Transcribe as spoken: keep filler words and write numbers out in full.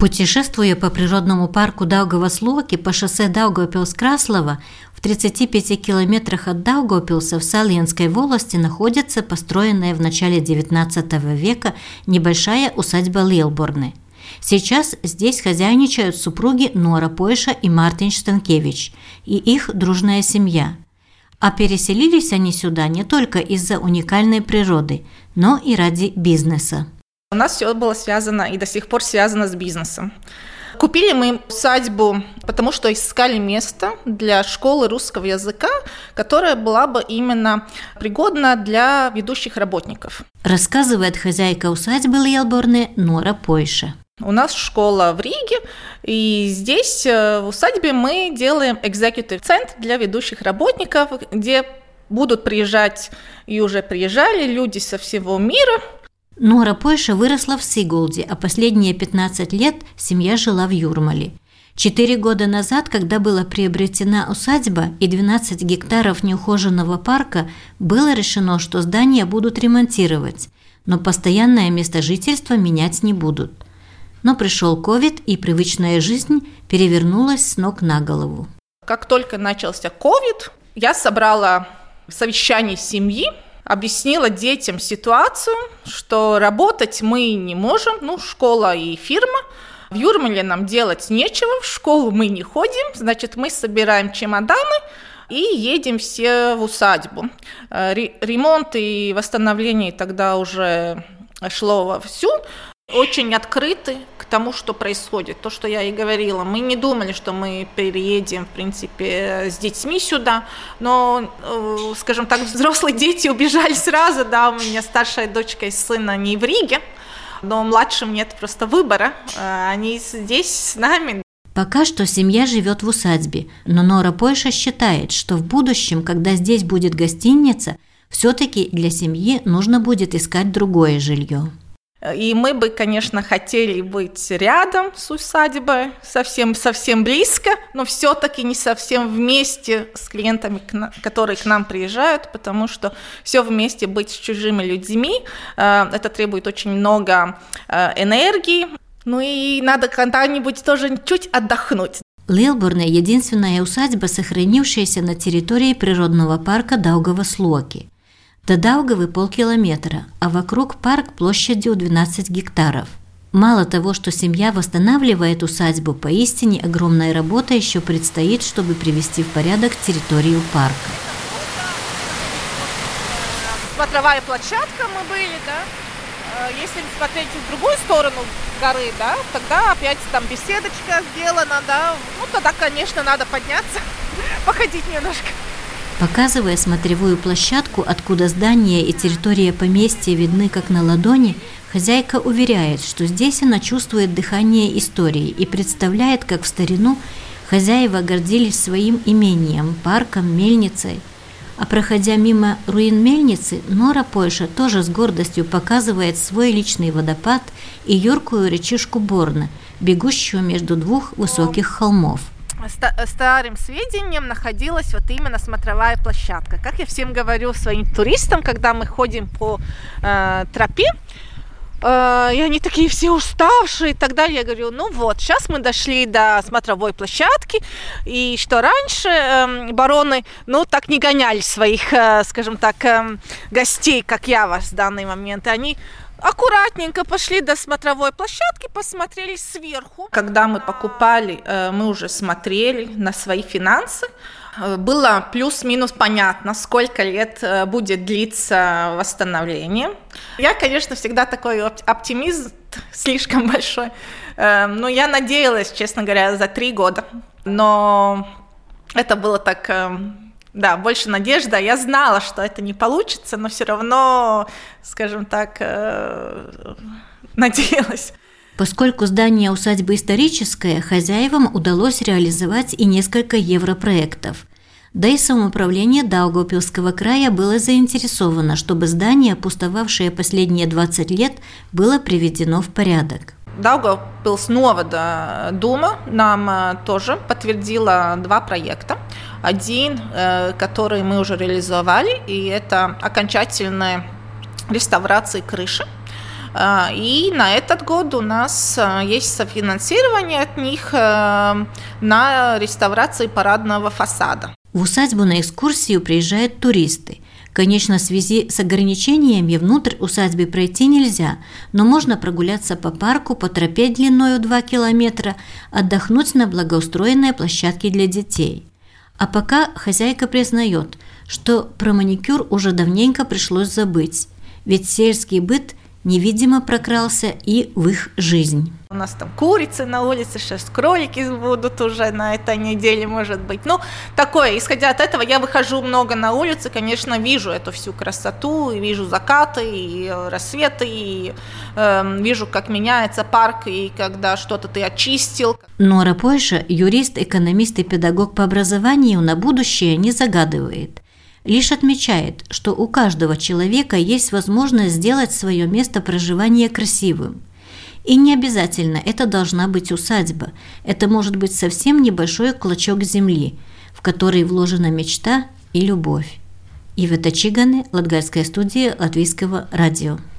Путешествуя по природному парку Даугавас-Луоки по шоссе Даугавпилс-Краслова, в тридцати пяти километрах от Даугавпилса в Салиенской волости находится построенная в начале девятнадцатого века небольшая усадьба Лилборны. Сейчас здесь хозяйничают супруги Нора Пойша и Мартин Штанкевич и их дружная семья. А переселились они сюда не только из-за уникальной природы, но и ради бизнеса. У нас все было связано и до сих пор связано с бизнесом. Купили мы усадьбу, потому что искали место для школы русского языка, которая была бы именно пригодна для ведущих работников. Рассказывает хозяйка усадьбы Лилборны Нора Пойша. У нас школа в Риге, и здесь в усадьбе мы делаем executive центр для ведущих работников, где будут приезжать и уже приезжали люди со всего мира. Нора Пойша выросла в Сигулде, а последние пятнадцать лет семья жила в Юрмале. Четыре года назад, когда была приобретена усадьба и двенадцать гектаров неухоженного парка, было решено, что здания будут ремонтировать, но постоянное место жительства менять не будут. Но пришел ковид, и привычная жизнь перевернулась с ног на голову. Как только начался ковид, я собрала совещание семьи, объяснила детям ситуацию, что работать мы не можем, ну, школа и фирма. В Юрмале нам делать нечего, в школу мы не ходим, значит, мы собираем чемоданы и едем все в усадьбу. Ремонт и восстановление тогда уже шло вовсю. Очень открыты к тому, что происходит. То, что я и говорила. Мы не думали, что мы переедем, в принципе, с детьми сюда. Но, скажем так, взрослые дети убежали сразу. Да, у меня старшая дочка и сын, они в Риге. Но младшим нет просто выбора. Они здесь с нами. Пока что семья живет в усадьбе. Но Нора Пойша считает, что в будущем, когда здесь будет гостиница, все-таки для семьи нужно будет искать другое жилье. И мы бы, конечно, хотели быть рядом с усадьбой, совсем, совсем близко, но все-таки не совсем вместе с клиентами, которые к нам приезжают, потому что все вместе быть с чужими людьми, это требует очень много энергии. Ну и надо когда-нибудь тоже чуть отдохнуть. Лилборна – единственная усадьба, сохранившаяся на территории природного парка Даугавас-Луоки. До Даугавы полкилометра, а вокруг парк площадью двенадцать гектаров. Мало того, что семья восстанавливает усадьбу, поистине огромная работа еще предстоит, чтобы привести в порядок территорию парка. Смотровая площадка мы были, да. Если смотреть в другую сторону горы, да, тогда опять там беседочка сделана, да. Ну, тогда, конечно, надо подняться, походить немножко. Показывая смотревую площадку, откуда здание и территория поместья видны как на ладони, хозяйка уверяет, что здесь она чувствует дыхание истории и представляет, как в старину хозяева гордились своим имением, парком, мельницей. А проходя мимо руин мельницы, Нора Пойша тоже с гордостью показывает свой личный водопад и юркую речушку Борна, бегущую между двух высоких холмов. Старым сведением находилась вот именно смотровая площадка. Как я всем говорю своим туристам, когда мы ходим по э, тропе, э, и они такие все уставшие и так далее, я говорю, ну вот, сейчас мы дошли до смотровой площадки, и что раньше э, бароны, ну, так не гоняли своих, э, скажем так, э, гостей, как я вас в данный момент, и они аккуратненько пошли до смотровой площадки, посмотрели сверху. Когда мы покупали, мы уже смотрели на свои финансы. Было плюс-минус понятно, сколько лет будет длиться восстановление. Я, конечно, всегда такой оптимист, слишком большой. Но я надеялась, честно говоря, за три года. Но это было так... Да, больше надежда. Я знала, что это не получится, но все равно, скажем так, э, надеялась. Поскольку здание усадьбы историческое, хозяевам удалось реализовать и несколько европроектов. Да и самоуправление Даугавпилского края было заинтересовано, чтобы здание, пустовавшее последние двадцать лет, было приведено в порядок. Даугавпилсновада дума нам тоже подтвердила два проекта. Один, который мы уже реализовали, и это окончательная реставрация крыши. И на этот год у нас есть софинансирование от них на реставрацию парадного фасада. В усадьбу на экскурсию приезжают туристы. Конечно, в связи с ограничениями внутрь усадьбы пройти нельзя, но можно прогуляться по парку по тропе длиною два километра, отдохнуть на благоустроенной площадке для детей. А пока хозяйка признает, что про маникюр уже давненько пришлось забыть, ведь сельский быт невидимо прокрался и в их жизнь. У нас там курицы на улице, сейчас кролики будут уже на этой неделе, может быть. Ну, такое, исходя от этого, я выхожу много на улицу, конечно, вижу эту всю красоту, и вижу закаты, и рассветы, и э, вижу, как меняется парк, и когда что-то ты очистил. Нора Пойша, юрист, экономист и педагог по образованию, на будущее не загадывает. Лишь отмечает, что у каждого человека есть возможность сделать свое место проживания красивым. И не обязательно это должна быть усадьба, это может быть совсем небольшой клочок земли, в который вложена мечта и любовь. Ивета Чиганы, Латгальская студия Латвийского радио.